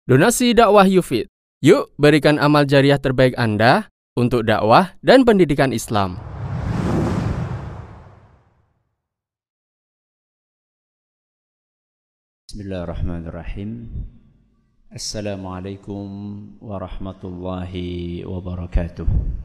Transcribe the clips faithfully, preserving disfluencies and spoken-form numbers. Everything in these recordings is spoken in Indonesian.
Donasi dakwah Yufid. Yuk berikan amal jariah terbaik Anda untuk dakwah dan pendidikan Islam. Bismillahirrahmanirrahim. Assalamualaikum warahmatullahi wabarakatuh.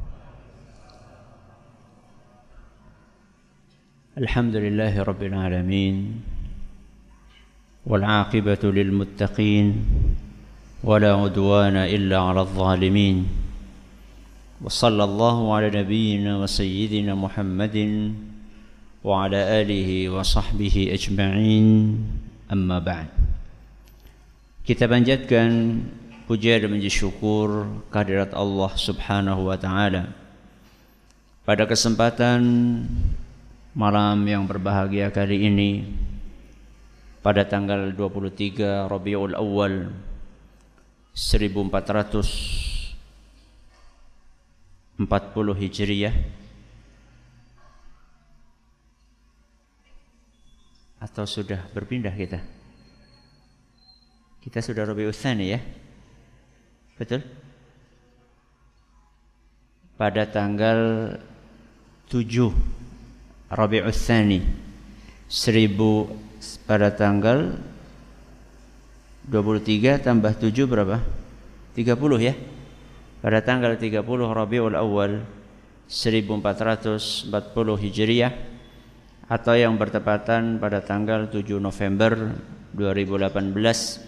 Alhamdulillahi rabbil alamin. Wal 'aqibatu lil muttaqin. ولا عدوان إلا على الظالمين وصلى الله على نبينا وسيدنا محمد وعلى آله وصحبه أجمعين أما بعد. Kita panjatkan puja dan puji syukur kehadirat Allah Subhanahu wa taala. Pada kesempatan malam yang berbahagia kali ini, pada tanggal dua puluh tiga Rabiul Awal seribu empat ratus empat puluh Hijriyah atau sudah berpindah kita? Kita sudah Rabiul Tsani ya? Betul? Pada tanggal tujuh Rabiul Tsani seribu pada tanggal dua puluh tiga tambah tujuh berapa? tiga puluh ya. Pada tanggal tiga puluh Rabiul Awal seribu empat ratus empat puluh Hijriyah atau yang bertepatan pada tanggal tujuh November dua ribu delapan belas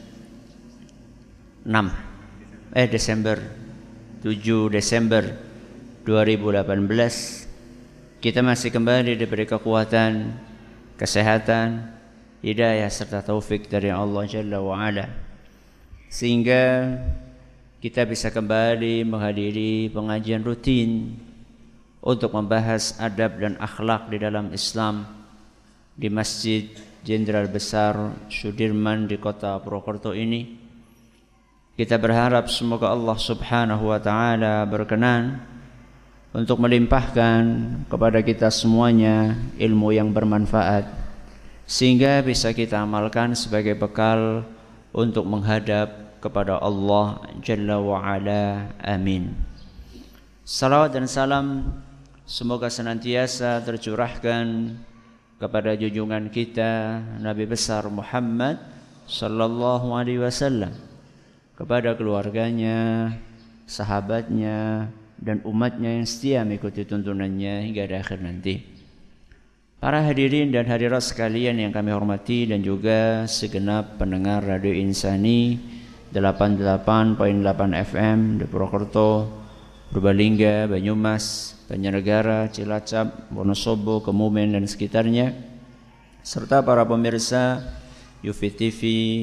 enam eh Desember tujuh Desember dua ribu delapan belas kita masih kembali diberi kekuatan, kesehatan, hidayah serta taufik dari Allah Jalla wa'ala, sehingga kita bisa kembali menghadiri pengajian rutin untuk membahas adab dan akhlak di dalam Islam di Masjid Jenderal Besar Sudirman di kota Purwokerto ini. Kita berharap semoga Allah Subhanahu wa taala berkenan untuk melimpahkan kepada kita semuanya ilmu yang bermanfaat, sehingga bisa kita amalkan sebagai bekal untuk menghadap kepada Allah Jalla wa'ala. Amin. Salawat dan salam semoga senantiasa tercurahkan kepada junjungan kita Nabi besar Muhammad sallallahu alaihi wasallam, kepada keluarganya, sahabatnya, dan umatnya yang setia mengikuti tuntunannya hingga di akhir nanti. Para hadirin dan hadirat sekalian yang kami hormati, dan juga segenap pendengar Radio Insani delapan puluh delapan koma delapan F M di Purwokerto, Purbalingga, Banyumas, Banjarnegara, Cilacap, Wonosobo, Kebumen dan sekitarnya, serta para pemirsa Yufid T V,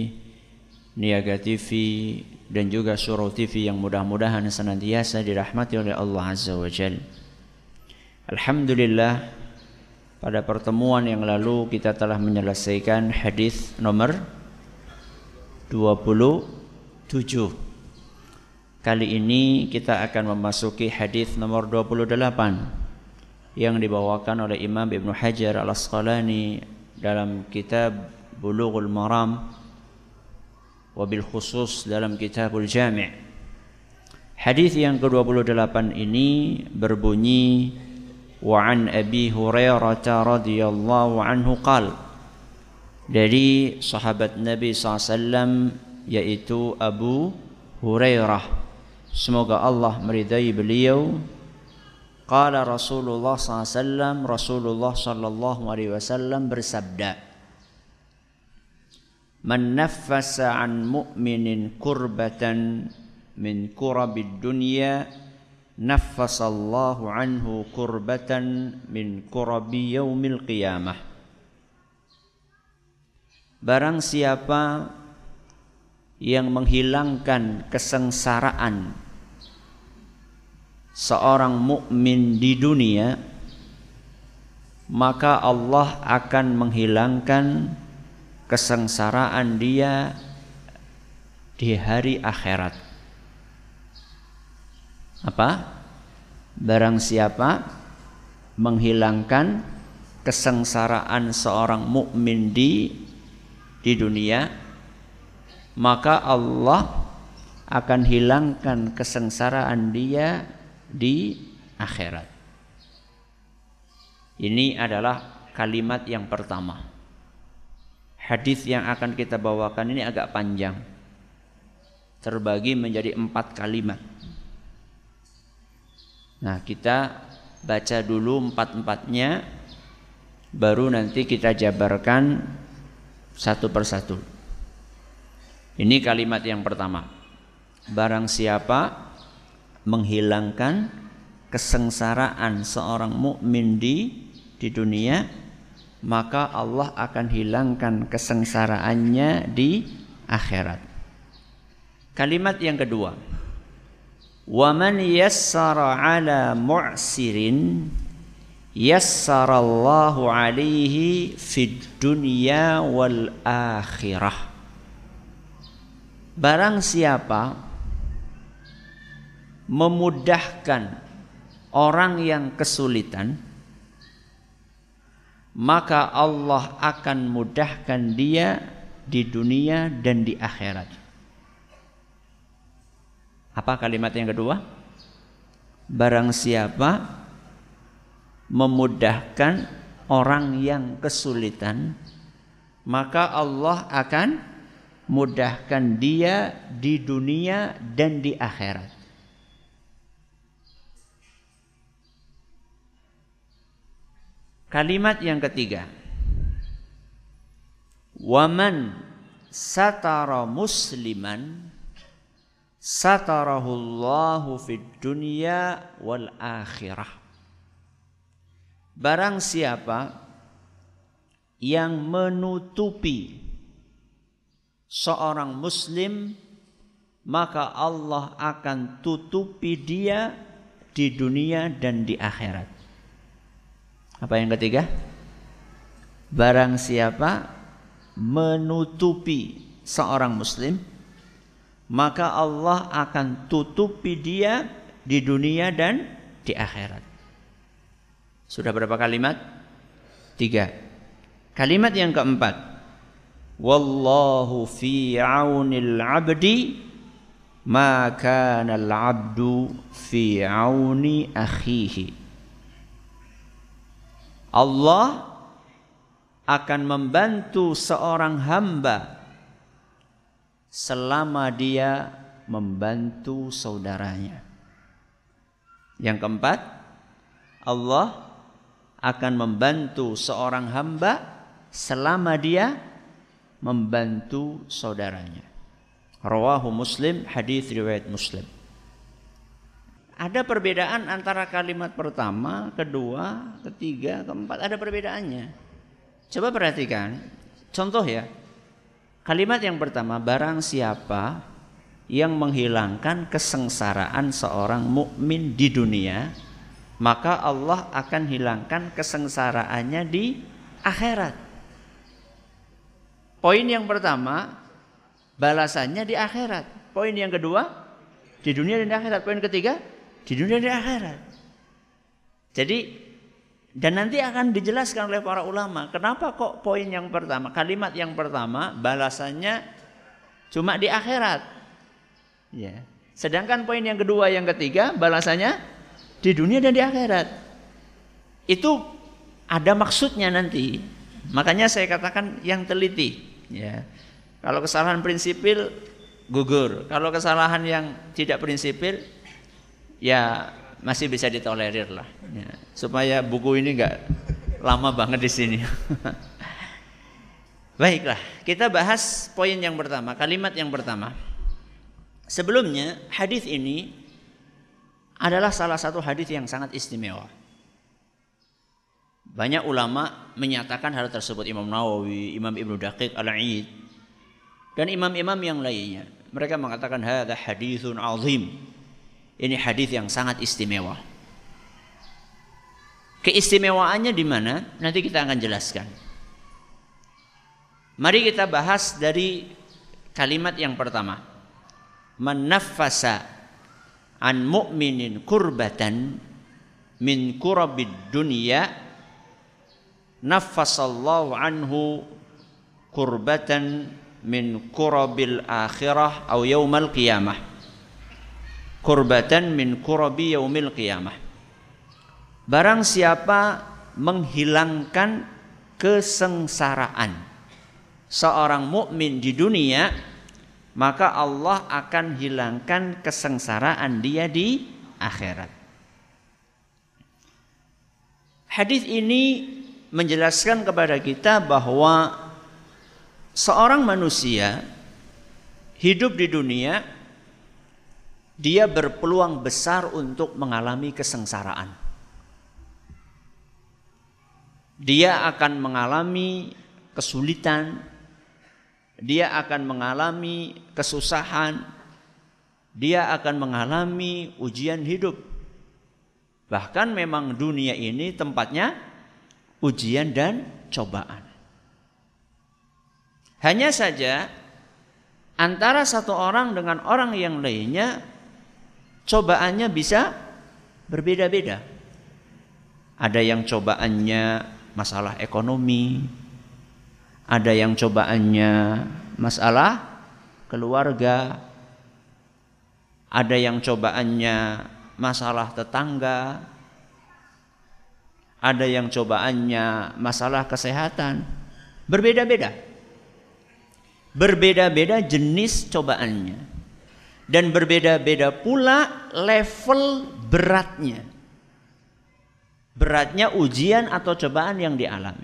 Niaga T V, dan juga Surau T V yang mudah-mudahan senantiasa dirahmati oleh Allah Azza wa Jalla. Alhamdulillah, pada pertemuan yang lalu kita telah menyelesaikan hadis nomor dua puluh tujuh. Kali ini kita akan memasuki hadis nomor dua puluh delapan yang dibawakan oleh Imam Ibnu Hajar Al-Asqalani dalam kitab Bulughul Maram, wabil khusus dalam Kitabul Jami'. Hadis yang ke dua puluh delapan ini berbunyi, wa an Abi Hurairah radhiyallahu anhu qala, dari sahabat Nabi sallallahu alaihi wasallam yaitu Abu Hurairah, semoga Allah meridai beliau, qala Rasulullah sallallahu alaihi wasallam, Rasulullah sallallahu alaihi wasallam bersabda, man naffasa an mu'minin kurbatan min kurabid dunya naffasallahu anhu kurbatan min kurabi yaumil qiyamah. Barang siapa yang menghilangkan kesengsaraan seorang mukmin di dunia, maka Allah akan menghilangkan kesengsaraan dia di hari akhirat. Apa? Barang siapa menghilangkan kesengsaraan seorang mukmin di di dunia, maka Allah akan hilangkan kesengsaraan dia di akhirat. Ini adalah kalimat yang pertama. Hadis yang akan kita bawakan ini agak panjang, terbagi menjadi empat kalimat. Nah, kita baca dulu empat-empatnya, baru nanti kita jabarkan satu persatu. Ini kalimat yang pertama. Barang siapa menghilangkan kesengsaraan seorang mukmin di di dunia, maka Allah akan hilangkan kesengsaraannya di akhirat. Kalimat yang kedua, wa man yassara ala mu'sirin yassarallahu alaihi fid dunya wal akhirah. Barang siapa memudahkan orang yang kesulitan, maka Allah akan mudahkan dia di dunia dan di akhirat. Apa kalimat yang kedua? Barang siapa memudahkan orang yang kesulitan, maka Allah akan mudahkan dia di dunia dan di akhirat. Kalimat yang ketiga, waman satara musliman satarahullahu fid dunya wal akhirah. Barang siapa yang menutupi seorang muslim, maka Allah akan tutupi dia di dunia dan di akhirat. Apa yang ketiga? Barang siapa menutupi seorang muslim, maka Allah akan tutupi dia di dunia dan di akhirat. Sudah berapa kalimat? Tiga. Kalimat yang keempat, wallahu fi aunil abdi ma kana al abdu fi auni akhihi. Allah akan membantu seorang hamba selama dia membantu saudaranya. Yang keempat, Allah akan membantu seorang hamba selama dia membantu saudaranya. Rawahu Muslim, hadis riwayat Muslim. Ada perbedaan antara kalimat pertama, kedua, ketiga, keempat. Ada perbedaannya. Coba perhatikan. Contoh ya. Kalimat yang pertama, barang siapa yang menghilangkan kesengsaraan seorang mukmin di dunia, maka Allah akan hilangkan kesengsaraannya di akhirat. Poin yang pertama, balasannya di akhirat. Poin yang kedua, di dunia dan di akhirat. Poin ketiga, di dunia dan di akhirat. Jadi, dan nanti akan dijelaskan oleh para ulama kenapa kok poin yang pertama, kalimat yang pertama balasannya cuma di akhirat, ya. Sedangkan poin yang kedua, yang ketiga balasannya di dunia dan di akhirat. Itu ada maksudnya nanti. Makanya saya katakan yang teliti, ya. Kalau kesalahan prinsipil gugur, kalau kesalahan yang tidak prinsipil ya masih bisa ditolerir lah, ya, supaya buku ini nggak lama banget di sini. Baiklah, kita bahas poin yang pertama, kalimat yang pertama. Sebelumnya, hadis ini adalah salah satu hadis yang sangat istimewa. Banyak ulama menyatakan hal tersebut, Imam Nawawi, Imam Ibnu Daqiq Al-Aid, dan imam-imam yang lainnya. Mereka mengatakan hadza haditsun azim. Ini hadis yang sangat istimewa. Keistimewaannya di mana? Nanti kita akan jelaskan. Mari kita bahas dari kalimat yang pertama. Man naffasa an mu'minin kurbatan min kurabid dunya naffasallahu anhu kurbatan min kurabil akhirah au yaumal qiyamah. kurbatan min kurabi yaumil qiyamah. Barang siapa menghilangkan kesengsaraan seorang mukmin di dunia, maka Allah akan hilangkan kesengsaraan dia di akhirat. Hadis ini menjelaskan kepada kita bahwa seorang manusia hidup di dunia, dia berpeluang besar untuk mengalami kesengsaraan. Dia akan mengalami kesulitan, dia akan mengalami kesusahan, dia akan mengalami ujian hidup. Bahkan memang dunia ini tempatnya ujian dan cobaan. Hanya saja antara satu orang dengan orang yang lainnya cobaannya bisa berbeda-beda. Ada yang cobaannya masalah ekonomi, ada yang cobaannya masalah keluarga, ada yang cobaannya masalah tetangga, ada yang cobaannya masalah kesehatan. Berbeda-beda. Berbeda-beda jenis cobaannya. Dan berbeda-beda pula level beratnya. Beratnya ujian atau cobaan yang dialami.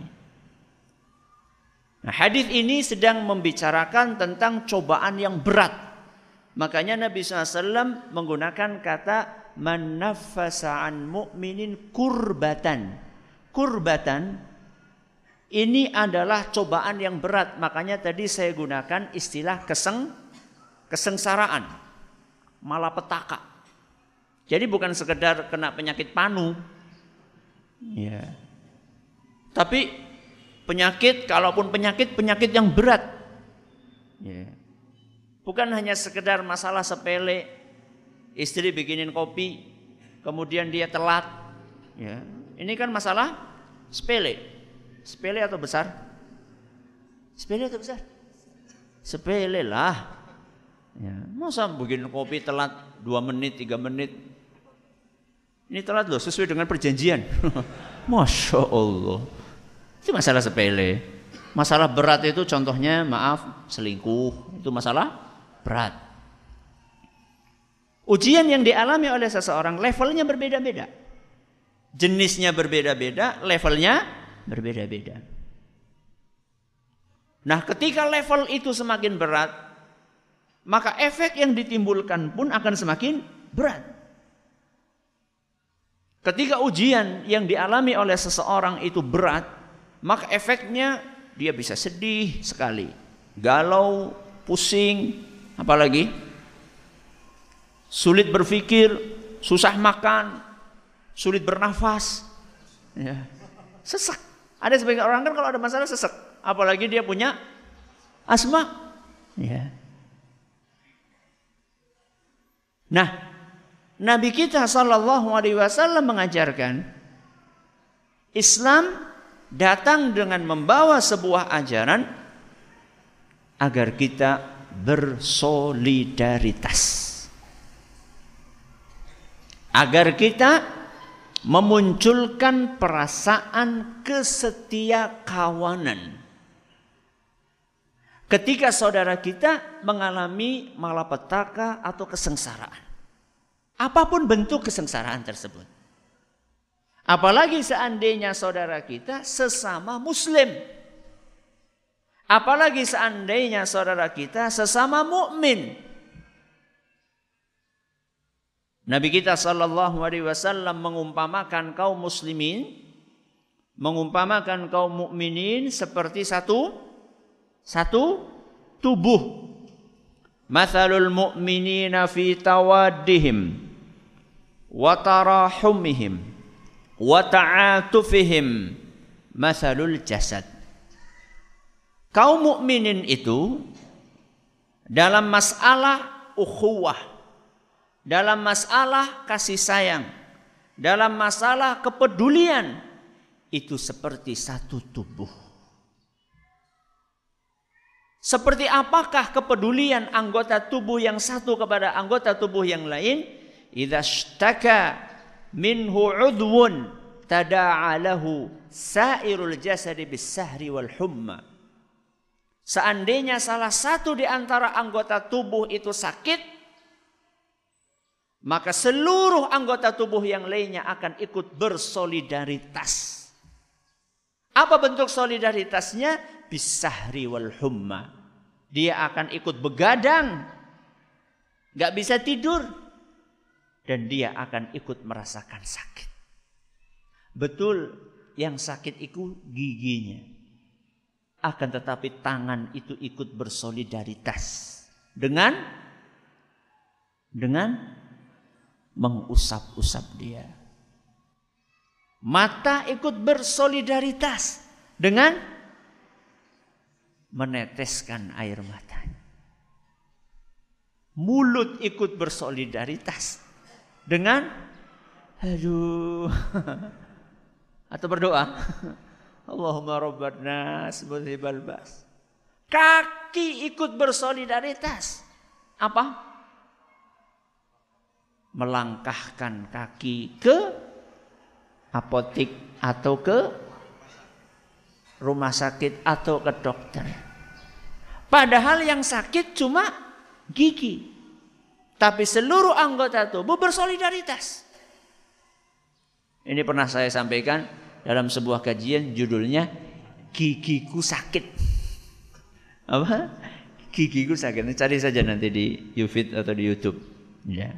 Nah, hadis ini sedang membicarakan tentang cobaan yang berat. Makanya Nabi shallallahu alaihi wasallam menggunakan kata man naffasa an mu'minin kurbatan. Kurbatan ini adalah cobaan yang berat. Makanya tadi saya gunakan istilah keseng, kesengsaraan, malapetaka. Jadi bukan sekedar kena penyakit panu. Ya. Tapi penyakit, kalaupun penyakit, penyakit yang berat. Ya. Bukan hanya sekedar masalah sepele, istri bikinin kopi, kemudian dia telat. Ya. Ini kan masalah sepele. Sepele atau besar? Sepele atau besar? Sepele lah. Ya. Masa bikin kopi telat dua menit, tiga menit? Ini telat loh, sesuai dengan perjanjian. Masya Allah. Itu masalah sepele. Masalah berat itu contohnya, maaf, selingkuh. Itu masalah berat. Ujian yang dialami oleh seseorang levelnya berbeda-beda. Jenisnya berbeda-beda, levelnya berbeda-beda. Nah, ketika level itu semakin berat, maka efek yang ditimbulkan pun akan semakin berat. Ketika ujian yang dialami oleh seseorang itu berat, maka efeknya dia bisa sedih sekali, galau, pusing, apalagi sulit berpikir, susah makan, sulit bernafas, ya. Sesak. Ada sebagian orang kan kalau ada masalah sesak, apalagi dia punya asma, ya. Nah, Nabi kita sallallahu alaihi wasallam mengajarkan Islam datang dengan membawa sebuah ajaran agar kita bersolidaritas. Agar kita memunculkan perasaan kesetia kawanan. Ketika saudara kita mengalami malapetaka atau kesengsaraan. Apapun bentuk kesengsaraan tersebut. Apalagi seandainya saudara kita sesama muslim. Apalagi seandainya saudara kita sesama mukmin. Nabi kita sallallahu alaihi wasallam mengumpamakan kaum muslimin, mengumpamakan kaum mukminin seperti satu satu tubuh. Mathalul mu'minina fi tawaddihim wa tarahumihim wa ta'atufihim mathalul jasad. Kaum mukminin itu dalam masalah ukhuwah, dalam masalah kasih sayang, dalam masalah kepedulian, itu seperti satu tubuh. Seperti apakah kepedulian anggota tubuh yang satu kepada anggota tubuh yang lain? idza ishtaka minhu 'udwun tada'a lahu sairul jasadi bis-sahri wal humma. Seandainya salah satu di antara anggota tubuh itu sakit, maka seluruh anggota tubuh yang lainnya akan ikut bersolidaritas. Apa bentuk solidaritasnya? Bis-sahri wal humma. Dia akan ikut begadang, gak bisa tidur, dan dia akan ikut merasakan sakit. Betul, yang sakit itu giginya. Akan tetapi tangan itu ikut bersolidaritas dengan dengan mengusap-usap dia. Mata ikut bersolidaritas dengan meneteskan air matanya. Mulut ikut bersolidaritas dengan aduh atau berdoa, Allahumma rabban nas mudhibal bas. Kaki ikut bersolidaritas. Apa? Melangkahkan kaki ke apotik atau ke rumah sakit atau ke dokter. Padahal yang sakit cuma gigi, tapi seluruh anggota tubuh bersolidaritas. Ini pernah saya sampaikan dalam sebuah kajian, judulnya Gigiku Sakit. Apa? Gigiku sakit. Cari saja nanti di YouFit atau di YouTube. Ya.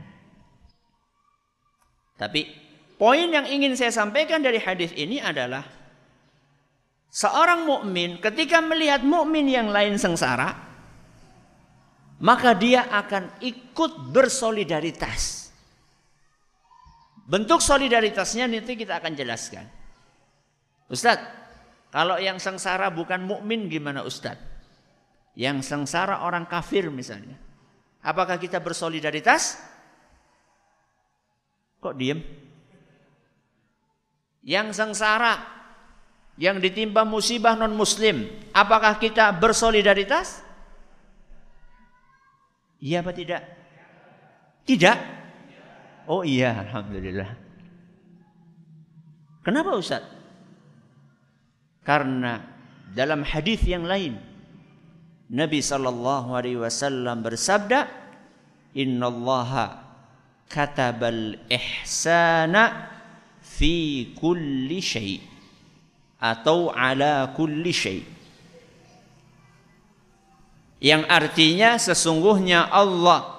Tapi poin yang ingin saya sampaikan dari hadis ini adalah seorang mukmin ketika melihat mukmin yang lain sengsara, maka dia akan ikut bersolidaritas. Bentuk solidaritasnya nanti kita akan jelaskan. Ustadz, kalau yang sengsara bukan mukmin gimana Ustadz? Yang sengsara orang kafir misalnya. Apakah kita bersolidaritas? Kok diem? Yang sengsara, yang ditimpa musibah non muslim, apakah kita bersolidaritas? Iya apa tidak? Tidak? Oh iya, alhamdulillah. Kenapa Ustaz? Karena dalam hadis yang lain Nabi sallallahu alaihi wasallam bersabda, "Innallaha katabal ihsana fi kulli syai' atau ala kulli syai'." Yang artinya sesungguhnya Allah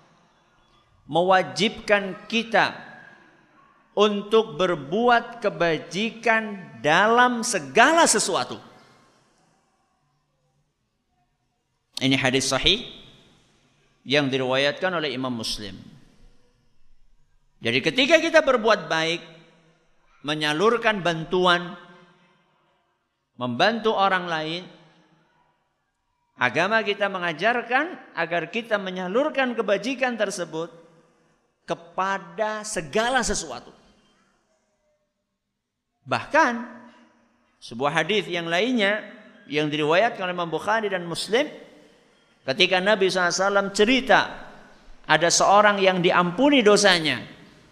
mewajibkan kita untuk berbuat kebajikan dalam segala sesuatu. Ini hadis sahih yang diriwayatkan oleh Imam Muslim. Jadi ketika kita berbuat baik, menyalurkan bantuan, membantu orang lain, agama kita mengajarkan agar kita menyalurkan kebajikan tersebut kepada segala sesuatu. Bahkan sebuah hadis yang lainnya yang diriwayatkan oleh Imam Bukhari dan Muslim, ketika Nabi shallallahu alaihi wasallam cerita ada seorang yang diampuni dosanya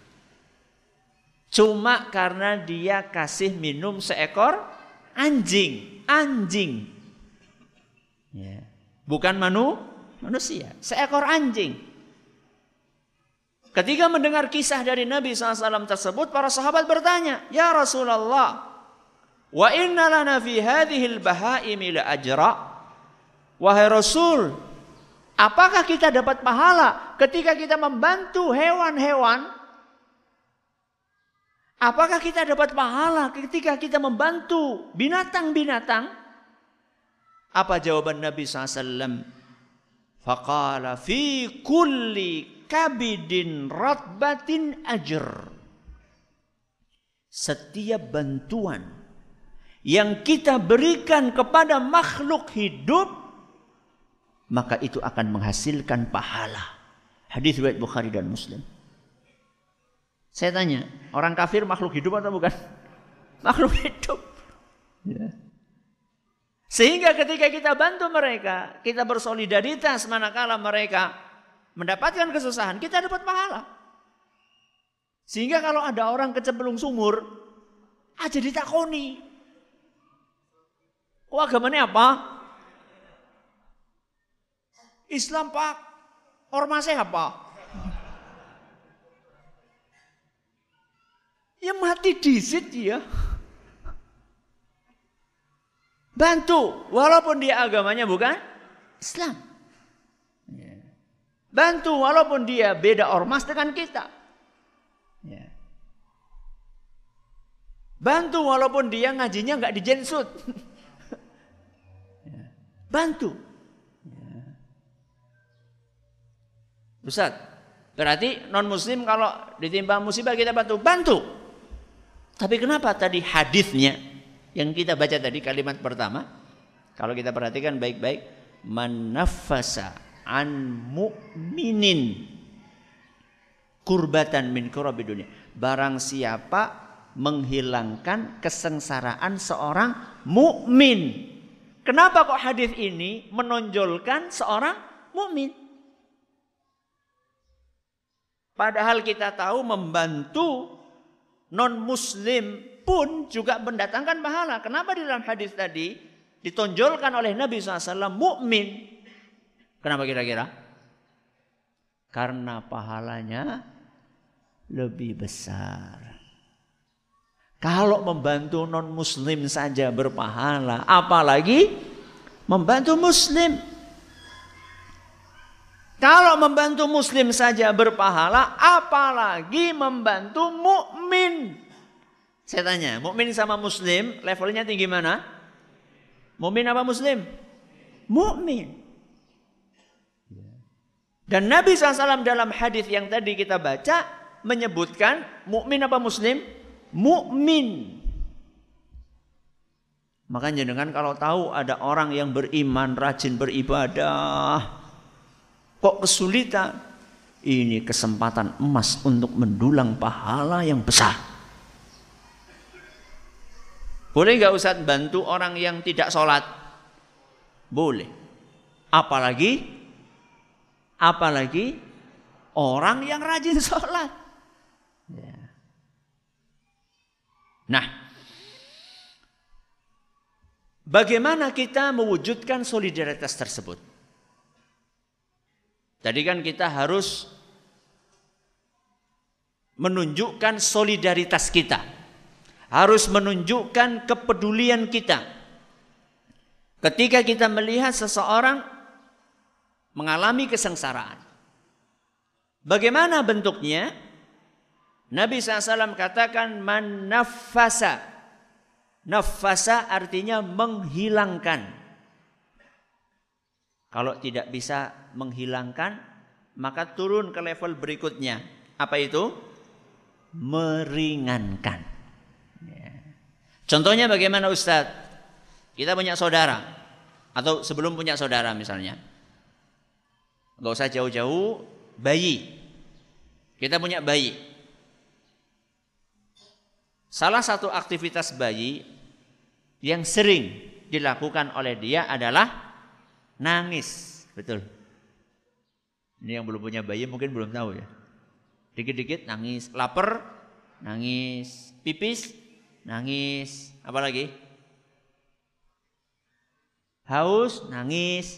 cuma karena dia kasih minum seekor anjing, anjing, ya. Bukan manu, manusia, seekor anjing. Ketika mendengar kisah dari Nabi shallallahu alaihi wasallam tersebut, para sahabat bertanya, "Ya Rasulullah, wa inna lana fi hadhil bahaimi la ajra?" Wahai Rasul, apakah kita dapat pahala ketika kita membantu hewan-hewan? Apakah kita dapat pahala ketika kita membantu binatang-binatang? Apa jawaban Nabi shallallahu alaihi wasallam? Faqala fi kulli kabidin ratbatin ajr. Setiap bantuan yang kita berikan kepada makhluk hidup, maka itu akan menghasilkan pahala. Hadis riwayat Bukhari dan Muslim. Saya tanya, orang kafir makhluk hidup atau bukan? Makhluk hidup. Ya. Sehingga ketika kita bantu mereka, kita bersolidaritas manakala mereka mendapatkan kesusahan, kita dapat pahala. Sehingga kalau ada orang kecemplung sumur, aja ditakoni. Kok agamanya apa? Islam Pak. Ormasnya apa? Ya mati disit ya. Bantu, walaupun dia agamanya bukan Islam. Bantu, walaupun dia beda ormas dengan kita. Bantu, walaupun dia ngajinya nggak dijensut. Bantu. Ustaz, berarti non muslim kalau ditimpa musibah kita bantu. Bantu. Tapi kenapa tadi hadisnya yang kita baca tadi kalimat pertama, kalau kita perhatikan baik-baik, man naffasa an mu'minin kurbatan min kurabi dunia. Barang siapa menghilangkan kesengsaraan seorang mukmin. Kenapa kok hadis ini menonjolkan seorang mukmin? Padahal kita tahu membantu non muslim pun juga mendatangkan pahala. Kenapa di dalam hadis tadi ditonjolkan oleh Nabi shallallahu alaihi wasallam mukmin? Kenapa kira-kira? Karena pahalanya lebih besar. Kalau membantu non muslim saja berpahala, apalagi membantu muslim. Kalau membantu muslim saja berpahala, apalagi membantu mukmin. Saya tanya, mukmin sama muslim levelnya tinggi mana? Mukmin apa muslim? Mukmin. Dan Nabi shallallahu alaihi wasallam dalam hadis yang tadi kita baca menyebutkan mukmin apa muslim? Mukmin. Makanya dengan kalau tahu ada orang yang beriman, rajin beribadah, kok kesulitan, ini kesempatan emas untuk mendulang pahala yang besar. Boleh nggak Ustaz bantu orang yang tidak sholat? Boleh. Apalagi, apalagi orang yang rajin sholat. Ya. Nah, bagaimana kita mewujudkan solidaritas tersebut? Tadi kan kita harus menunjukkan solidaritas kita. Harus menunjukkan kepedulian kita. Ketika kita melihat seseorang mengalami kesengsaraan. Bagaimana bentuknya? Nabi shallallahu alaihi wasallam katakan man naffasa. Naffasa artinya menghilangkan. Kalau tidak bisa menghilangkan, maka turun ke level berikutnya. Apa itu? Meringankan. Ya. Contohnya bagaimana Ustadz? Kita punya saudara, atau sebelum punya saudara misalnya. Gak usah jauh-jauh, bayi. Kita punya bayi. Salah satu aktivitas bayi yang sering dilakukan oleh dia adalah nangis. Betul. Ini yang belum punya bayi mungkin belum tahu ya. Dikit-dikit nangis, lapar, nangis, pipis, nangis, apa lagi? Haus, nangis,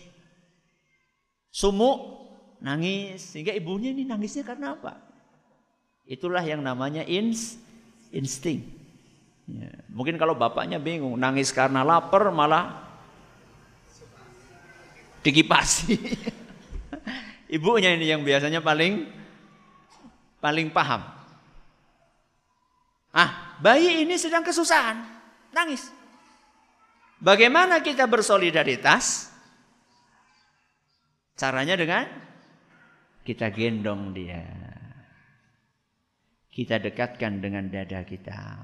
sumuk, nangis. Sehingga ibunya ini nangisnya karena apa? Itulah yang namanya ins, insting. Ya. Mungkin kalau bapaknya bingung, nangis karena lapar malah dikipasi. Ibunya ini yang biasanya paling paling paham. Ah, bayi ini sedang kesusahan, nangis. Bagaimana kita bersolidaritas? Caranya dengan kita gendong dia. Kita dekatkan dengan dada kita.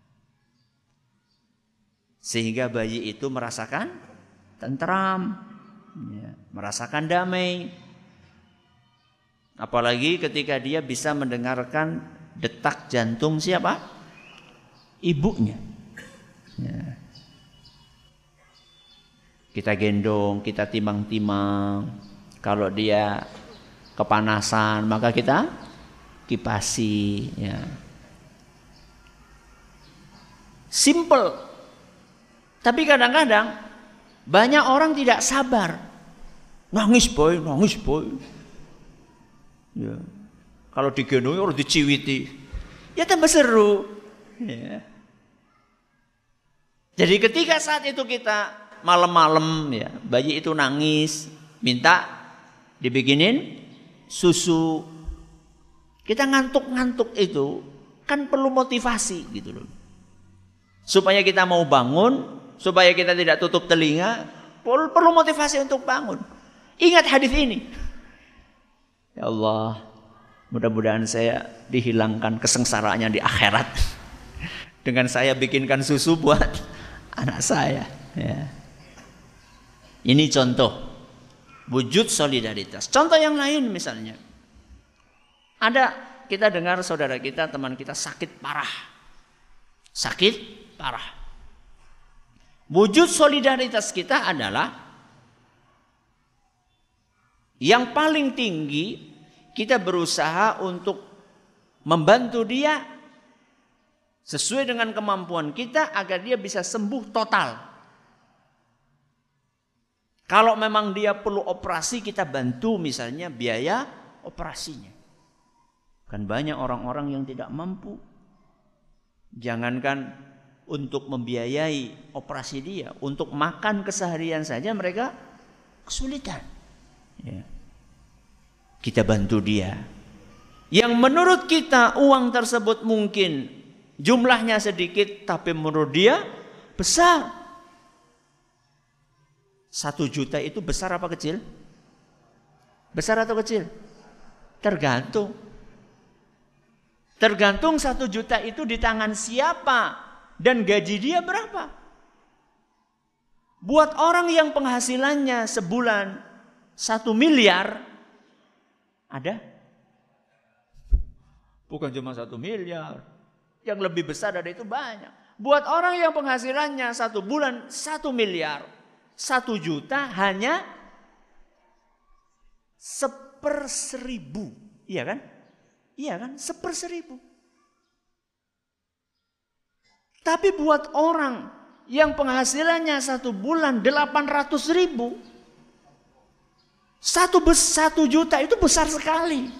Sehingga bayi itu merasakan tentram, ya, merasakan damai. Apalagi ketika dia bisa mendengarkan detak jantung siapa? Ibunya. Ya. Kita gendong, kita timang-timang. Kalau dia kepanasan, maka kita kipasi, ya. Simple. Tapi kadang-kadang banyak orang tidak sabar. Nangis boy, nangis boy. Ya. Kalau digendongi orang diciwiti, ya tambah seru. Ya. Jadi ketika saat itu kita malam-malam, ya, bayi itu nangis, minta dibikinin susu. Kita ngantuk-ngantuk itu kan perlu motivasi gitu loh. Supaya kita mau bangun, supaya kita tidak tutup telinga, perlu motivasi untuk bangun. Ingat hadis ini. Ya Allah, mudah-mudahan saya dihilangkan kesengsaraannya di akhirat dengan saya bikinkan susu buat anak saya. Ya. Ini contoh wujud solidaritas. Contoh yang lain misalnya, ada kita dengar saudara kita, teman kita sakit parah, sakit parah. Wujud solidaritas kita adalah yang paling tinggi, kita berusaha untuk membantu dia sesuai dengan kemampuan kita agar dia bisa sembuh total. Kalau memang dia perlu operasi, kita bantu misalnya biaya operasinya. Kan banyak orang-orang yang tidak mampu. Jangankan untuk membiayai operasi dia, untuk makan keseharian saja mereka kesulitan. Ya. Kita bantu dia. Yang menurut kita uang tersebut mungkin jumlahnya sedikit, tapi menurut dia besar. Satu juta itu besar apa kecil? Besar atau kecil? Tergantung. Tergantung satu juta itu di tangan siapa dan gaji dia berapa. Buat orang yang penghasilannya sebulan satu miliar, ada? Bukan cuma satu miliar, yang lebih besar dari itu banyak. Buat orang yang penghasilannya satu bulan satu miliar, satu juta hanya seper seribu, iya kan? Iya kan? Seper seribu. Tapi buat orang yang penghasilannya satu bulan delapan ratus ribu, satu, satu juta itu besar sekali.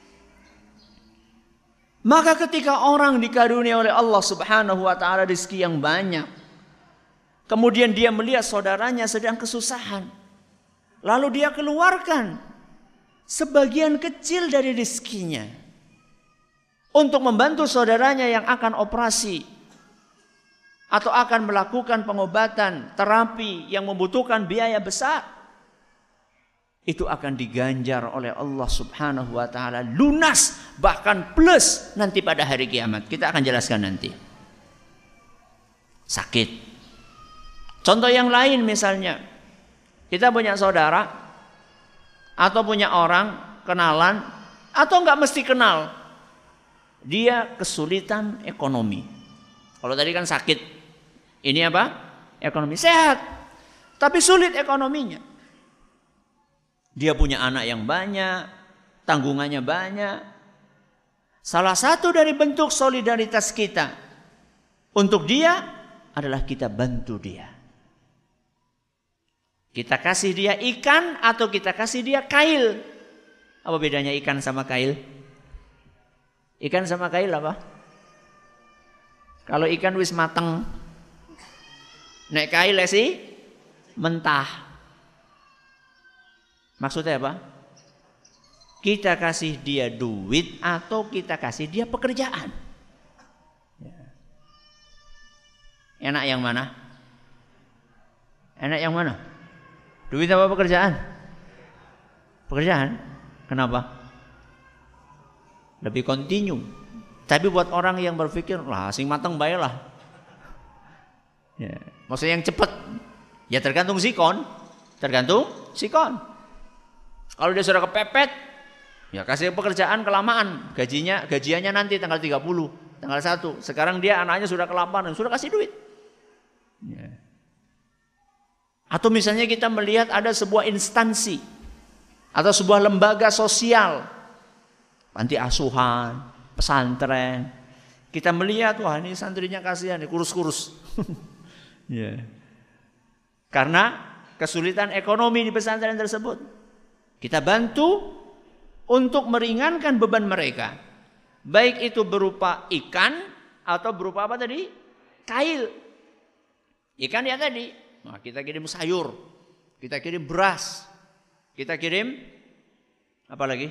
Maka ketika orang dikarunia oleh Allah subhanahu wa ta'ala rezeki yang banyak, kemudian dia melihat saudaranya sedang kesusahan, lalu dia keluarkan sebagian kecil dari rezekinya untuk membantu saudaranya yang akan operasi atau akan melakukan pengobatan, terapi yang membutuhkan biaya besar, itu akan diganjar oleh Allah subhanahu wa ta'ala lunas, bahkan plus nanti pada hari kiamat. Kita akan jelaskan nanti. Sakit. Contoh yang lain misalnya, kita punya saudara atau punya orang kenalan atau enggak mesti kenal, dia kesulitan ekonomi. Kalau tadi kan sakit, ini apa? Ekonomi. Sehat, tapi sulit ekonominya. Dia punya anak yang banyak, tanggungannya banyak. Salah satu dari bentuk solidaritas kita untuk dia adalah kita bantu dia. Kita kasih dia ikan atau kita kasih dia kail. Apa bedanya ikan sama kail? Ikan sama kail apa? Kalau ikan wis mateng, nek kail sih mentah. Maksudnya apa? Kita kasih dia duit atau kita kasih dia pekerjaan. Enak yang mana? Enak yang mana? Duit apa pekerjaan? Pekerjaan. Kenapa? Lebih kontinu. Tapi buat orang yang berpikir, lah sing mateng bae lah. Ya. Maksudnya yang cepat, ya tergantung sikon. Tergantung sikon. Kalau dia sudah kepepet, ya kasih pekerjaan kelamaan. Gajinya, gajiannya nanti tanggal tiga puluh, tanggal satu. Sekarang dia anaknya sudah kelaparan, sudah kasih duit. Ya. Atau misalnya kita melihat ada sebuah instansi atau sebuah lembaga sosial, panti asuhan, pesantren. Kita melihat, wah ini santrinya kasihan, kurus-kurus. yeah. Karena kesulitan ekonomi di pesantren tersebut. Kita bantu untuk meringankan beban mereka. Baik itu berupa ikan atau berupa apa tadi? Kail. Ikan ya tadi. Nah, kita kirim sayur, kita kirim beras, kita kirim apa lagi?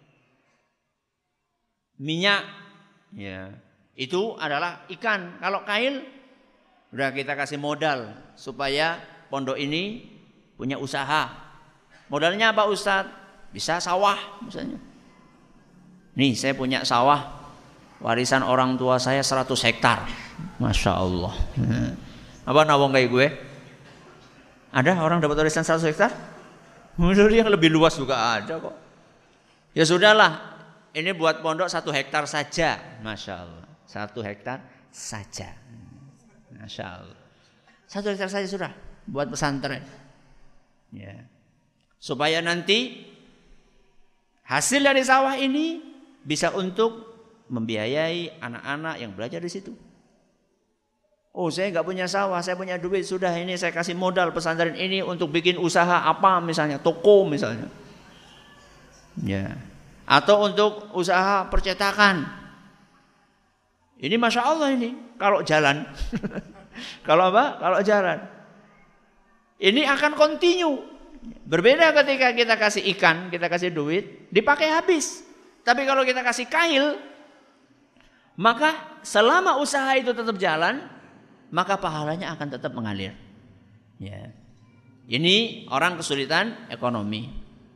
Minyak. Ya. Itu adalah ikan. Kalau kail, udah kita kasih modal supaya pondok ini punya usaha. Modalnya apa Ustadz? Bisa sawah misalnya. Nih saya punya sawah, warisan orang tua saya seratus hektar. Masya Allah. Apa nawang kayak gue? Ada orang dapat warisan seratus hektar? Menurut yang lebih luas juga ada kok. Ya sudahlah, ini buat pondok satu hektar saja. Masya Allah. Satu hektar saja. Masya Allah. Satu hektar saja sudah buat pesantren. Ya. Supaya nanti hasil dari sawah ini bisa untuk membiayai anak-anak yang belajar di situ. Oh saya nggak punya sawah, saya punya duit, sudah ini saya kasih modal pesantren ini untuk bikin usaha apa misalnya, toko misalnya. Ya. Atau untuk usaha percetakan. Ini Masya Allah ini, kalau jalan. Kalau apa? Kalau jalan. Ini akan continue. Berbeda ketika kita kasih ikan, kita kasih duit, dipakai habis. Tapi kalau kita kasih kail, maka selama usaha itu tetap jalan, maka pahalanya akan tetap mengalir. Ya. Ini orang kesulitan ekonomi.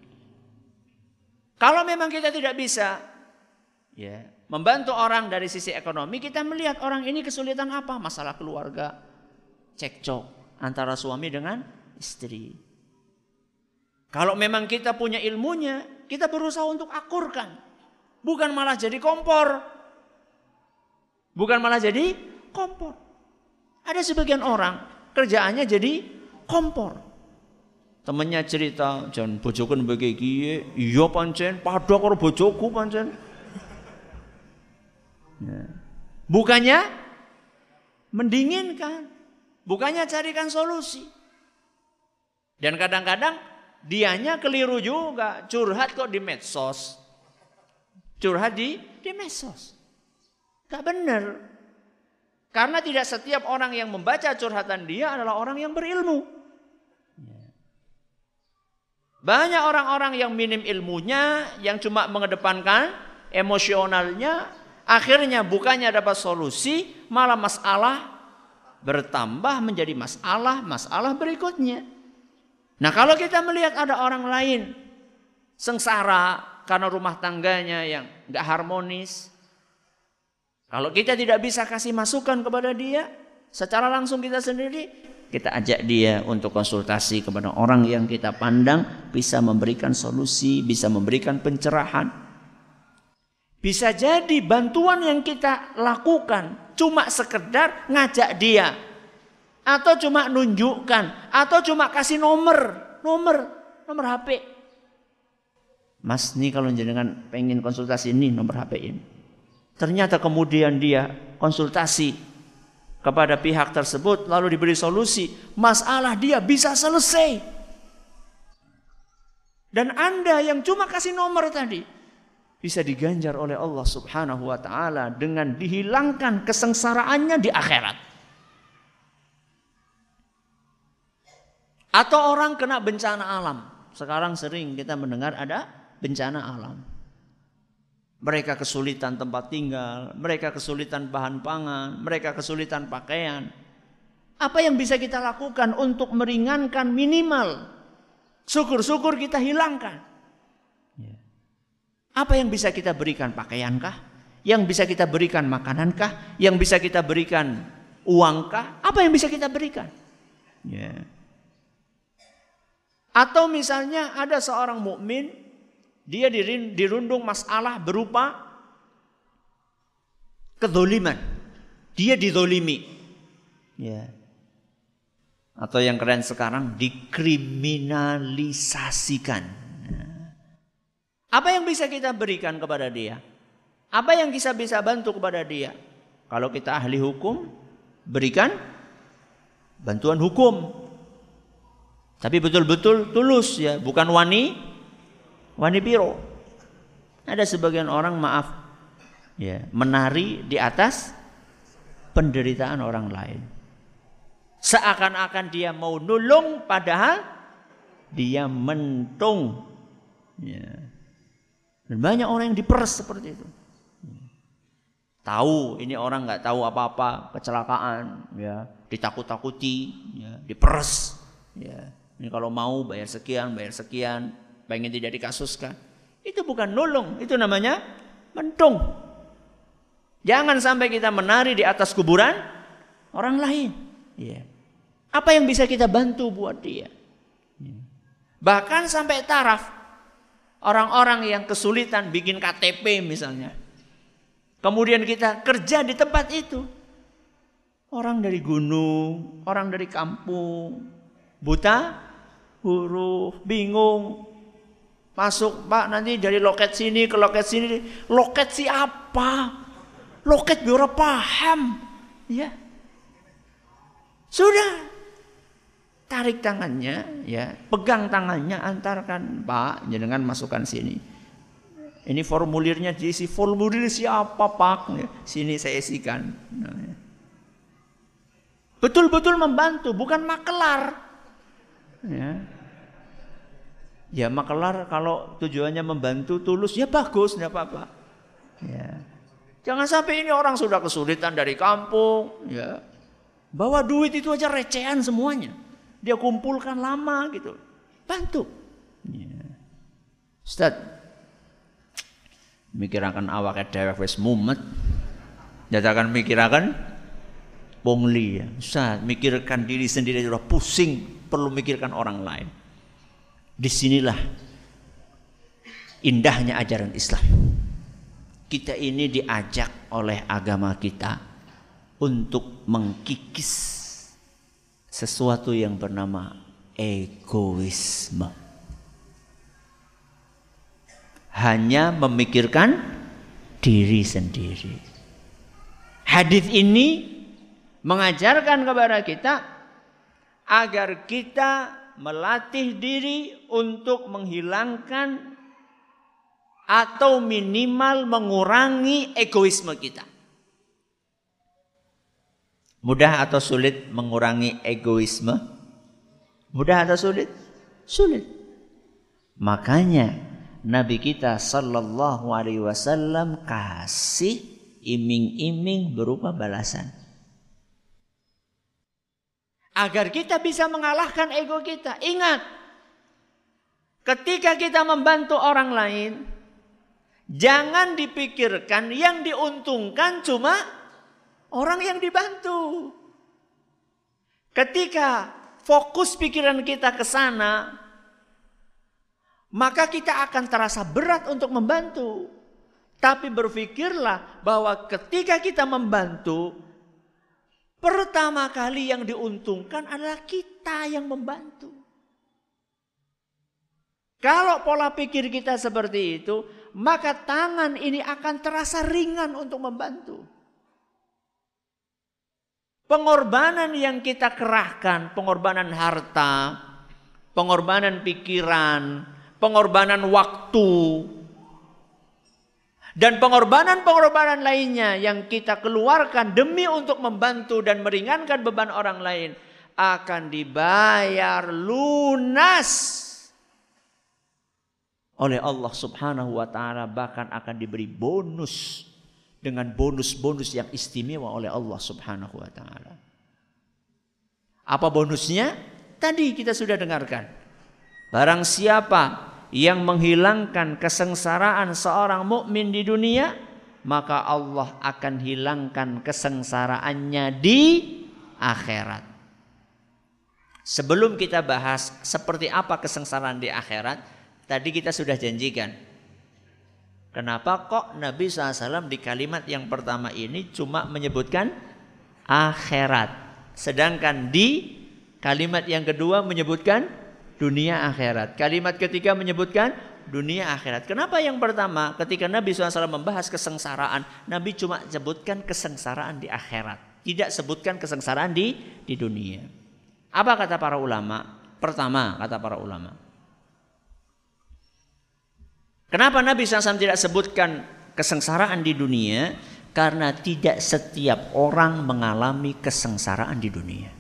Kalau memang kita tidak bisa, ya, membantu orang dari sisi ekonomi, kita melihat orang ini kesulitan apa? Masalah keluarga, cekcok antara suami dengan istri. Kalau memang kita punya ilmunya, kita berusaha untuk akurkan. Bukan malah jadi kompor. Bukan malah jadi kompor. Ada sebagian orang kerjaannya jadi kompor. Temennya cerita, "Jan bojoku mbek iki, iya pancen, padha karo bojoku pancen." Ya. Bukannya mendinginkan, bukannya carikan solusi. Dan kadang-kadang dianya keliru juga, curhat kok di medsos. Curhat di di medsos. Gak benar. Karena tidak setiap orang yang membaca curhatan dia adalah orang yang berilmu. Banyak orang-orang yang minim ilmunya, yang cuma mengedepankan emosionalnya, akhirnya bukannya dapat solusi, malah masalah bertambah menjadi masalah, masalah berikutnya. Nah kalau kita melihat ada orang lain sengsara karena rumah tangganya yang gak harmonis, kalau kita tidak bisa kasih masukan kepada dia, secara langsung kita sendiri, kita ajak dia untuk konsultasi kepada orang yang kita pandang bisa memberikan solusi, bisa memberikan pencerahan. Bisa jadi bantuan yang kita lakukan cuma sekedar ngajak dia, atau cuma nunjukkan, atau cuma kasih nomor, nomor, nomor H P. Mas nih kalau jenengan pengen konsultasi ini nomor H P ini. Ternyata kemudian dia konsultasi kepada pihak tersebut lalu diberi solusi, masalah dia bisa selesai. Dan Anda yang cuma kasih nomor tadi bisa diganjar oleh Allah Subhanahu wa taala dengan dihilangkan kesengsaraannya di akhirat. Atau orang kena bencana alam. Sekarang sering kita mendengar ada bencana alam. Mereka kesulitan tempat tinggal, mereka kesulitan bahan pangan, mereka kesulitan pakaian. Apa yang bisa kita lakukan untuk meringankan minimal? Syukur-syukur kita hilangkan. Apa yang bisa kita berikan? Pakaiankah? Yang bisa kita berikan makanankah? Yang bisa kita berikan uangkah? Apa yang bisa kita berikan? Ya. Atau misalnya ada seorang mukmin, dia dirundung masalah berupa kezoliman. Dia dizolimi. Ya. Atau yang keren sekarang dikriminalisasikan. Apa yang bisa kita berikan kepada dia? Apa yang kita bisa bantu kepada dia? Kalau kita ahli hukum, berikan bantuan hukum. Tapi betul-betul tulus ya, bukan wani wani biro. Ada sebagian orang maaf ya, menari di atas penderitaan orang lain. Seakan-akan dia mau nulung padahal dia mentung. Ya. Dan banyak orang yang diperes seperti itu. Tahu ini orang nggak tahu apa-apa, kecelakaan, ya, ditakut-takuti, ya, diperes. Ya. Ini kalau mau bayar sekian, bayar sekian, pengen tidak dikasuskan. Itu bukan nulung, itu namanya mentung. Jangan sampai kita menari di atas kuburan orang lain. Ya. Apa yang bisa kita bantu buat dia? Ya. Bahkan sampai taraf. Orang-orang yang kesulitan bikin K T P misalnya. Kemudian kita kerja di tempat itu. Orang dari gunung, orang dari kampung, buta huruf, bingung. Masuk, Pak, nanti dari loket sini ke loket sini. Loket siapa? Loket biar paham. Ya. Sudah. Tarik tangannya, ya, pegang tangannya, antarkan, Pak, jangan masukkan sini. Ini formulirnya diisi, formulir siapa, Pak? Ya, sini saya isikan. Nah, ya. Betul-betul membantu, bukan makelar. Ya. Ya makelar kalau tujuannya membantu tulus, ya bagus, tidak apa-apa. Ya. Jangan sampai ini orang sudah kesulitan dari kampung, ya, bawa duit itu aja recehan semuanya. Dia kumpulkan lama gitu. Bantu. Ya. Ustaz, mikirakan awake dewek wis mumet. Jatakan mikirakan pungli ya. Ustaz, mikirkan diri sendiri sudah pusing, perlu mikirkan orang lain. Disinilah indahnya ajaran Islam. Kita ini diajak oleh agama kita untuk mengkikis sesuatu yang bernama egoisme. Hanya memikirkan diri sendiri. Hadis ini mengajarkan kepada kita agar kita melatih diri untuk menghilangkan atau minimal mengurangi egoisme kita. Mudah atau sulit mengurangi egoisme? Mudah atau sulit? Sulit. Makanya Nabi kita sallallahu alaihi wasallam kasih iming-iming berupa balasan. Agar kita bisa mengalahkan ego kita. Ingat, ketika kita membantu orang lain, jangan dipikirkan yang diuntungkan cuma orang yang dibantu. Ketika fokus pikiran kita ke sana, maka kita akan terasa berat untuk membantu. Tapi berpikirlah bahwa ketika kita membantu, pertama kali yang diuntungkan adalah kita yang membantu. Kalau pola pikir kita seperti itu, maka tangan ini akan terasa ringan untuk membantu. Pengorbanan yang kita kerahkan, pengorbanan harta, pengorbanan pikiran, pengorbanan waktu, dan pengorbanan-pengorbanan lainnya yang kita keluarkan demi untuk membantu dan meringankan beban orang lain akan dibayar lunas oleh Allah Subhanahu wa taala, bahkan akan diberi bonus dengan bonus-bonus yang istimewa oleh Allah Subhanahu wa taala. Apa bonusnya? Tadi kita sudah dengarkan. Barang siapa yang menghilangkan kesengsaraan seorang mukmin di dunia, maka Allah akan hilangkan kesengsaraannya di akhirat. Sebelum kita bahas seperti apa kesengsaraan di akhirat, tadi kita sudah janjikan. Kenapa kok Nabi shallallahu alaihi wasallam di kalimat yang pertama ini cuma menyebutkan akhirat, sedangkan di kalimat yang kedua menyebutkan dunia akhirat, kalimat ketiga menyebutkan dunia akhirat. Kenapa yang pertama ketika Nabi shallallahu alaihi wasallam membahas kesengsaraan, Nabi cuma sebutkan kesengsaraan di akhirat, tidak sebutkan kesengsaraan di di dunia. Apa kata para ulama? Pertama, kata para ulama, kenapa Nabi shallallahu alaihi wasallam tidak sebutkan kesengsaraan di dunia? Karena tidak setiap orang mengalami kesengsaraan di dunia.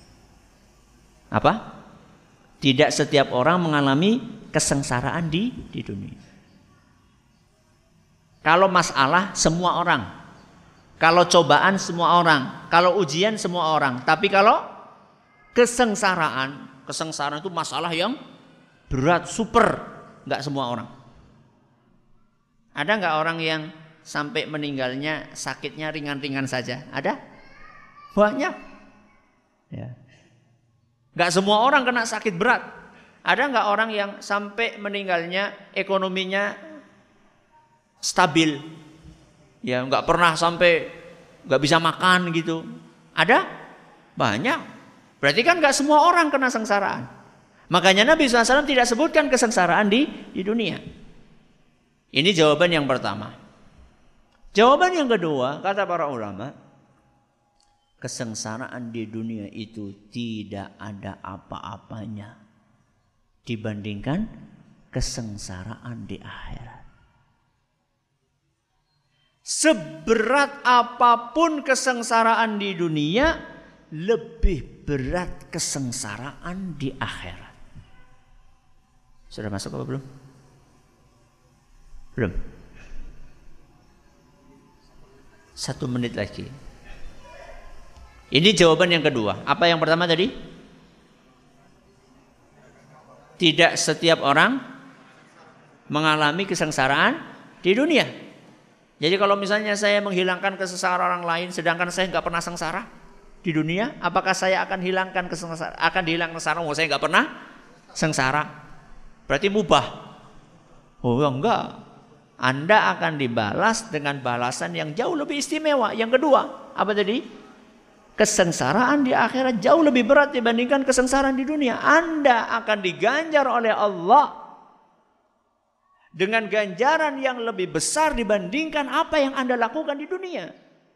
Apa? Tidak setiap orang mengalami kesengsaraan di di dunia. Kalau masalah semua orang, kalau cobaan semua orang, kalau ujian semua orang. Tapi kalau kesengsaraan, kesengsaraan itu masalah yang berat, super, nggak semua orang. Ada nggak orang yang sampai meninggalnya sakitnya ringan-ringan saja? Ada? Banyak. Ya. Nggak semua orang kena sakit berat. Ada nggak orang yang sampai meninggalnya ekonominya stabil? Ya, nggak pernah sampai nggak bisa makan gitu. Ada? Banyak. Berarti kan nggak semua orang kena sengsaraan. Makanya Nabi shallallahu alaihi wasallam tidak sebutkan kesengsaraan di di dunia. Ini jawaban yang pertama. Jawaban yang kedua, kata para ulama, kesengsaraan di dunia itu tidak ada apa-apanya dibandingkan kesengsaraan di akhirat. Seberat apapun kesengsaraan di dunia, lebih berat kesengsaraan di akhirat. Sudah masuk apa belum? Belum. Satu menit lagi. Ini jawaban yang kedua. Apa yang pertama tadi? Tidak setiap orang mengalami kesengsaraan di dunia. Jadi kalau misalnya saya menghilangkan kesengsaraan orang lain, sedangkan saya nggak pernah sengsara di dunia, apakah saya akan hilangkan kesengsaraan? Akan dihilangkan kesengsaraan? Oh, saya nggak pernah sengsara. Berarti mubah. Oh enggak. Anda akan dibalas dengan balasan yang jauh lebih istimewa. Yang kedua, apa tadi? Kesengsaraan di akhirat jauh lebih berat dibandingkan kesengsaraan di dunia. Anda akan diganjar oleh Allah dengan ganjaran yang lebih besar dibandingkan apa yang Anda lakukan di dunia.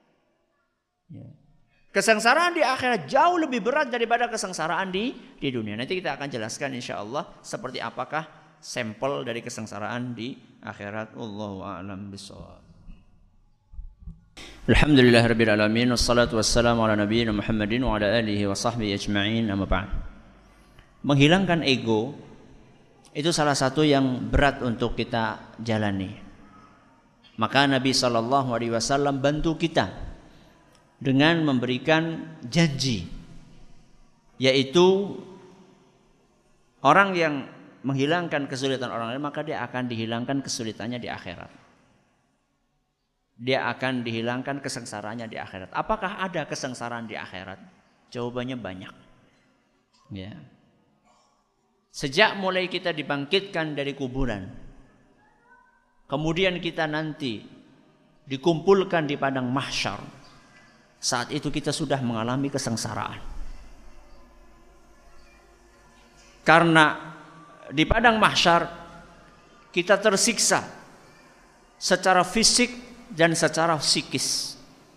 Kesengsaraan di akhirat jauh lebih berat daripada kesengsaraan di di dunia. Nanti kita akan jelaskan insya Allah seperti apakah sampel dari kesengsaraan di akhirat. Wallahu a'lam bishawab. Alhamdulillahirabbil alamin wassalatu wassalamu ala nabiyina Muhammadin wa ala alihi wa sahbihi ajma'in. Amma ba'd. Menghilangkan ego itu salah satu yang berat untuk kita jalani. Maka Nabi sallallahu alaihi wasallam bantu kita dengan memberikan janji, yaitu orang yang menghilangkan kesulitan orang lain, maka dia akan dihilangkan kesulitannya di akhirat. Dia akan dihilangkan kesengsaraannya di akhirat. Apakah ada kesengsaraan di akhirat? Jawabannya banyak. Ya. Sejak mulai kita dibangkitkan dari kuburan, kemudian kita nanti dikumpulkan di padang mahsyar, saat itu kita sudah mengalami kesengsaraan. Karena di padang mahsyar kita tersiksa secara fisik dan secara psikis.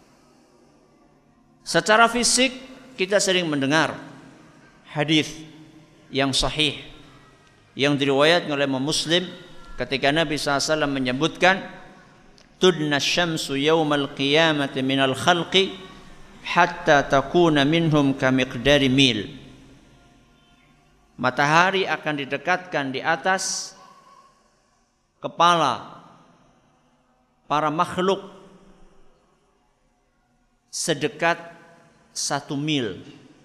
Secara fisik kita sering mendengar hadis yang sahih yang diriwayatkan oleh Imam Muslim ketika Nabi sallallahu alaihi wasallam menyebutkan tudna syamsu yaumal qiyamati minal khalqi hatta takuna minhum kamiqdari mil. Matahari akan didekatkan di atas kepala para makhluk sedekat satu mil.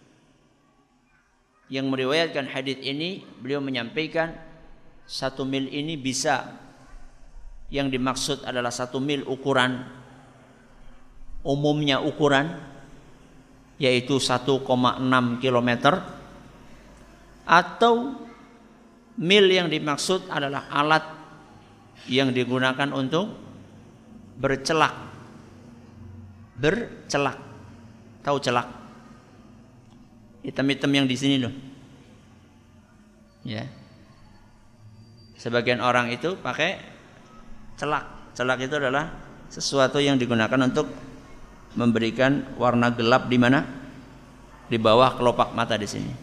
Yang meriwayatkan hadis ini, beliau menyampaikan satu mil ini bisa, yang dimaksud adalah satu mil ukuran umumnya ukuran, yaitu satu koma enam kilometer. Atau mil yang dimaksud adalah alat yang digunakan untuk bercelak. Bercelak. Tahu celak? Hitam-hitam yang di sini loh. Ya. Sebagian orang itu pakai celak. Celak itu adalah sesuatu yang digunakan untuk memberikan warna gelap di mana? Di bawah kelopak mata di sini.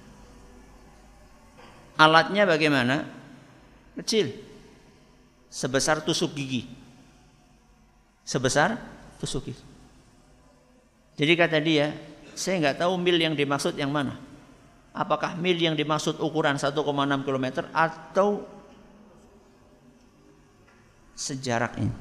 Alatnya bagaimana? Kecil. Sebesar tusuk gigi. Sebesar tusuk gigi. Jadi kata dia, saya nggak tahu mil yang dimaksud yang mana. Apakah mil yang dimaksud ukuran satu koma enam kilometer atau sejarak ini?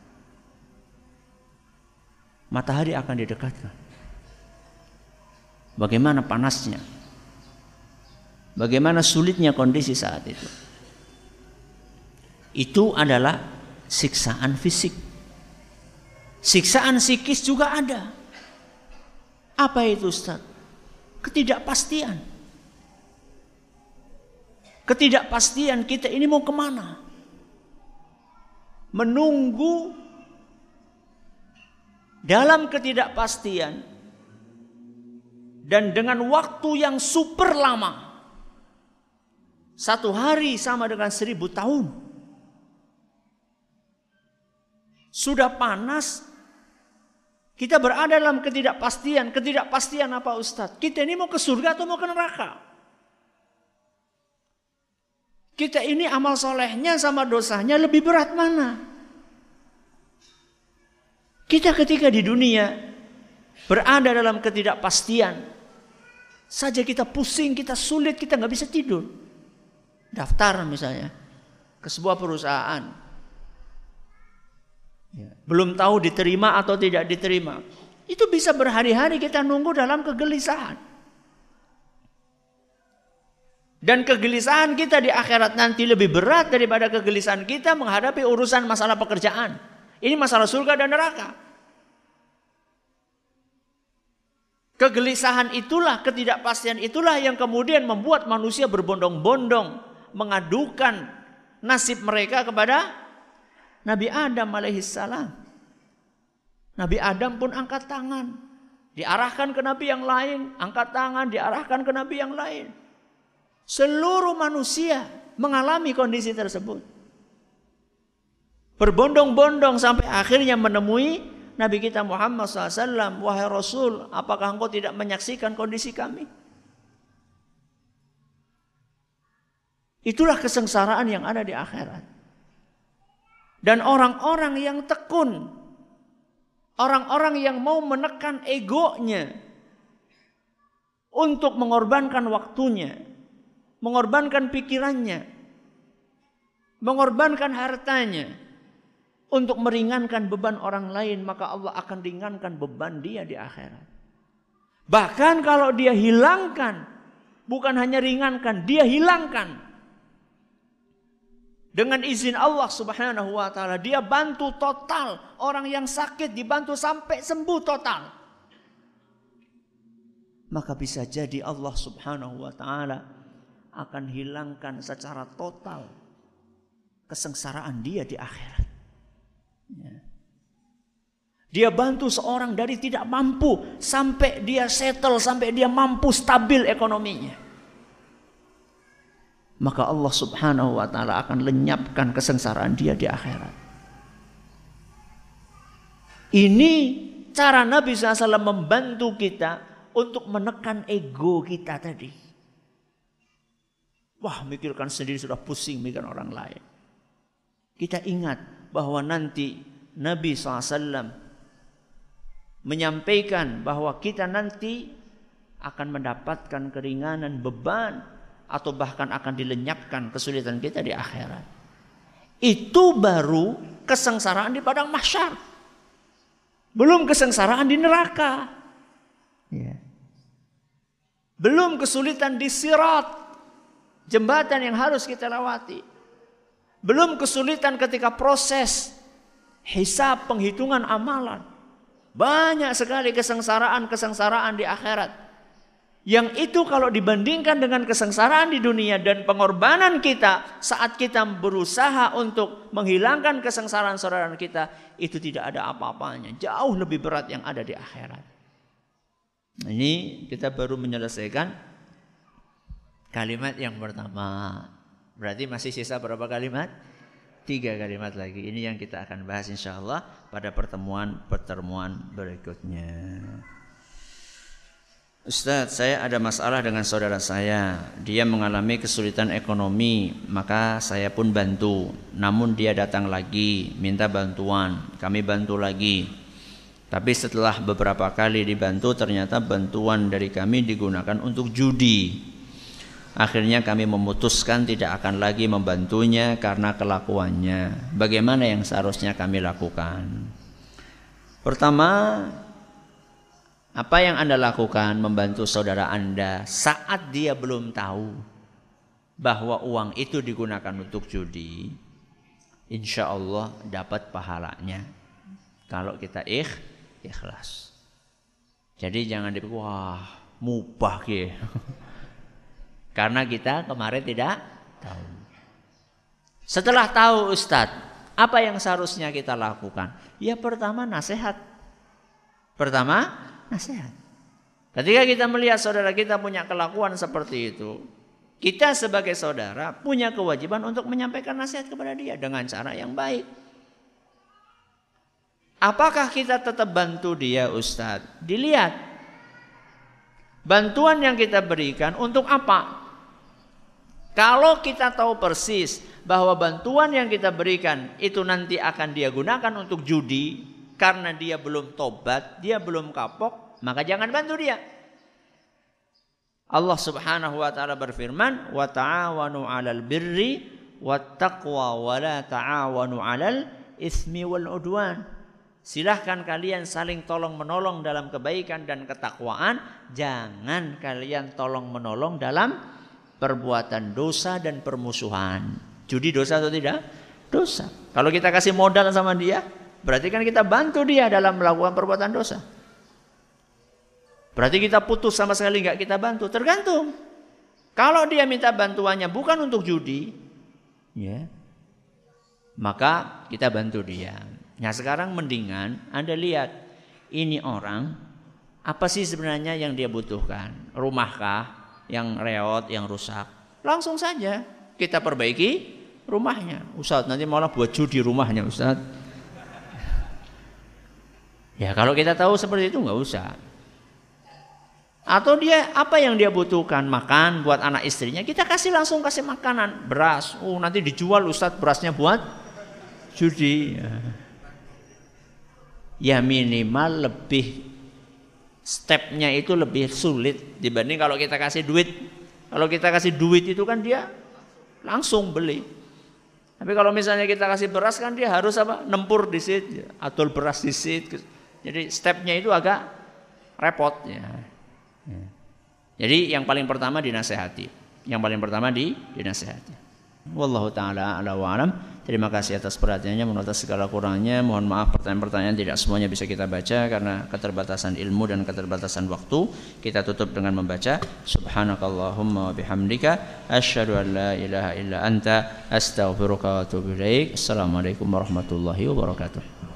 Matahari akan didekatkan. Bagaimana panasnya? Bagaimana sulitnya kondisi saat itu? Itu adalah siksaan fisik. Siksaan psikis juga ada. Apa itu Ustaz? Ketidakpastian. Ketidakpastian kita ini mau kemana? Menunggu dalam ketidakpastian dan dengan waktu yang super lama. Satu hari sama dengan seribu tahun. Sudah panas. Kita berada dalam ketidakpastian. Ketidakpastian apa Ustadz? Kita ini mau ke surga atau mau ke neraka? Kita ini amal solehnya sama dosanya lebih berat mana? Kita ketika di dunia berada dalam ketidakpastian saja kita pusing, kita sulit, kita nggak bisa tidur. Daftar misalnya ke sebuah perusahaan. Ya. Belum tahu diterima atau tidak diterima. Itu bisa berhari-hari kita nunggu dalam kegelisahan. Dan kegelisahan kita di akhirat nanti lebih berat daripada kegelisahan kita menghadapi urusan masalah pekerjaan. Ini masalah surga dan neraka. Kegelisahan itulah, ketidakpastian itulah yang kemudian membuat manusia berbondong-bondong mengadukan nasib mereka kepada Nabi Adam alaihissalam. Nabi Adam pun angkat tangan. Diarahkan ke Nabi yang lain. Angkat tangan, diarahkan ke Nabi yang lain. Seluruh manusia mengalami kondisi tersebut. Berbondong-bondong sampai akhirnya menemui Nabi kita Muhammad shallallahu alaihi wasallam. Wahai Rasul, apakah engkau tidak menyaksikan kondisi kami? Itulah kesengsaraan yang ada di akhirat. Dan orang-orang yang tekun, orang-orang yang mau menekan egonya untuk mengorbankan waktunya, mengorbankan pikirannya, mengorbankan hartanya untuk meringankan beban orang lain, maka Allah akan ringankan beban dia di akhirat. Bahkan kalau dia hilangkan, bukan hanya ringankan, dia hilangkan. Dengan izin Allah subhanahu wa ta'ala. Dia bantu total. Orang yang sakit dibantu sampai sembuh total. Maka bisa jadi Allah subhanahu wa ta'ala akan hilangkan secara total kesengsaraan dia di akhirat. Ya. Dia bantu seorang dari tidak mampu sampai dia settle, sampai dia mampu stabil ekonominya. Maka Allah subhanahu wa ta'ala akan lenyapkan kesengsaraan dia di akhirat. Ini cara Nabi shallallahu alaihi wasallam membantu kita untuk menekan ego kita tadi. Wah, mikirkan sendiri sudah pusing mikirkan orang lain. Kita ingat bahwa nanti Nabi shallallahu alaihi wasallam menyampaikan bahwa kita nanti akan mendapatkan keringanan beban atau bahkan akan dilenyapkan kesulitan kita di akhirat. Itu baru kesengsaraan di padang mahsyar. Belum kesengsaraan di neraka. Ya. Belum kesulitan di sirat, jembatan yang harus kita lewati. Belum kesulitan ketika proses hisab, penghitungan amalan. Banyak sekali kesengsaraan-kesengsaraan di akhirat. Yang itu kalau dibandingkan dengan kesengsaraan di dunia dan pengorbanan kita saat kita berusaha untuk menghilangkan kesengsaraan saudara kita, itu tidak ada apa-apanya. Jauh lebih berat yang ada di akhirat. Ini kita baru menyelesaikan kalimat yang pertama. Berarti masih sisa berapa kalimat? Tiga kalimat lagi. Ini yang kita akan bahas insya Allah pada pertemuan-pertemuan berikutnya. Ustadz, saya ada masalah dengan saudara saya. Dia mengalami kesulitan ekonomi, maka saya pun bantu. Namun dia datang lagi, minta bantuan. Kami bantu lagi. Tapi setelah beberapa kali dibantu, ternyata bantuan dari kami digunakan untuk judi. Akhirnya kami memutuskan tidak akan lagi membantunya karena kelakuannya. Bagaimana yang seharusnya kami lakukan? Pertama, apa yang Anda lakukan membantu saudara Anda saat dia belum tahu bahwa uang itu digunakan untuk judi, insya Allah dapat pahalanya kalau kita ikh, ikhlas. Jadi jangan dipikir, wah mubah ya. Karena kita kemarin tidak tahu. Setelah tahu Ustadz, apa yang seharusnya kita lakukan? Ya pertama nasihat. Pertama nasihat. Ketika kita melihat saudara kita punya kelakuan seperti itu, kita sebagai saudara punya kewajiban untuk menyampaikan nasihat kepada dia dengan cara yang baik. Apakah kita tetap bantu dia Ustadz? Dilihat bantuan yang kita berikan untuk apa? Kalau kita tahu persis bahwa bantuan yang kita berikan itu nanti akan dia gunakan untuk judi karena dia belum tobat, dia belum kapok, maka jangan bantu dia. Allah Subhanahu wa taala berfirman, "Wa ta'awanu 'alal birri wat taqwa wa la ta'awanu 'alal itsmi wal 'udwan." Silahkan kalian saling tolong menolong dalam kebaikan dan ketakwaan, jangan kalian tolong menolong dalam perbuatan dosa dan permusuhan. Judi dosa atau tidak? Dosa. Kalau kita kasih modal sama dia, berarti kan kita bantu dia dalam melakukan perbuatan dosa. Berarti kita putus sama sekali nggak kita bantu. Tergantung. Kalau dia minta bantuannya bukan untuk judi, ya, maka kita bantu dia. Nah sekarang mendingan Anda lihat ini orang apa sih sebenarnya yang dia butuhkan? Rumahkah yang reot, yang rusak? Langsung saja kita perbaiki rumahnya. Ustadz nanti malah buat judi rumahnya Ustadz. Ya kalau kita tahu seperti itu nggak usah. Atau dia apa yang dia butuhkan? Makan buat anak istrinya, kita kasih langsung kasih makanan, beras. Oh nanti dijual Ustadz berasnya buat judi. Ya. Ya minimal lebih stepnya itu lebih sulit dibanding kalau kita kasih duit. Kalau kita kasih duit itu kan dia langsung beli. Tapi kalau misalnya kita kasih beras kan dia harus apa? Nempur di situ, atau beras di situ. Jadi stepnya itu agak repot ya. Ya. Jadi yang paling pertama dinasehati. Yang paling pertama di dinasehati. Wallahu taala ala wa alam. Terima kasih atas perhatiannya, mohon atas segala kurangnya. Mohon maaf pertanyaan-pertanyaan tidak semuanya bisa kita baca karena keterbatasan ilmu dan keterbatasan waktu. Kita tutup dengan membaca subhanakallahumma wa bihamdika asyhadu an la ilaha illa anta astaghfiruka wa atubu ilaik. Assalamualaikum warahmatullahi wabarakatuh.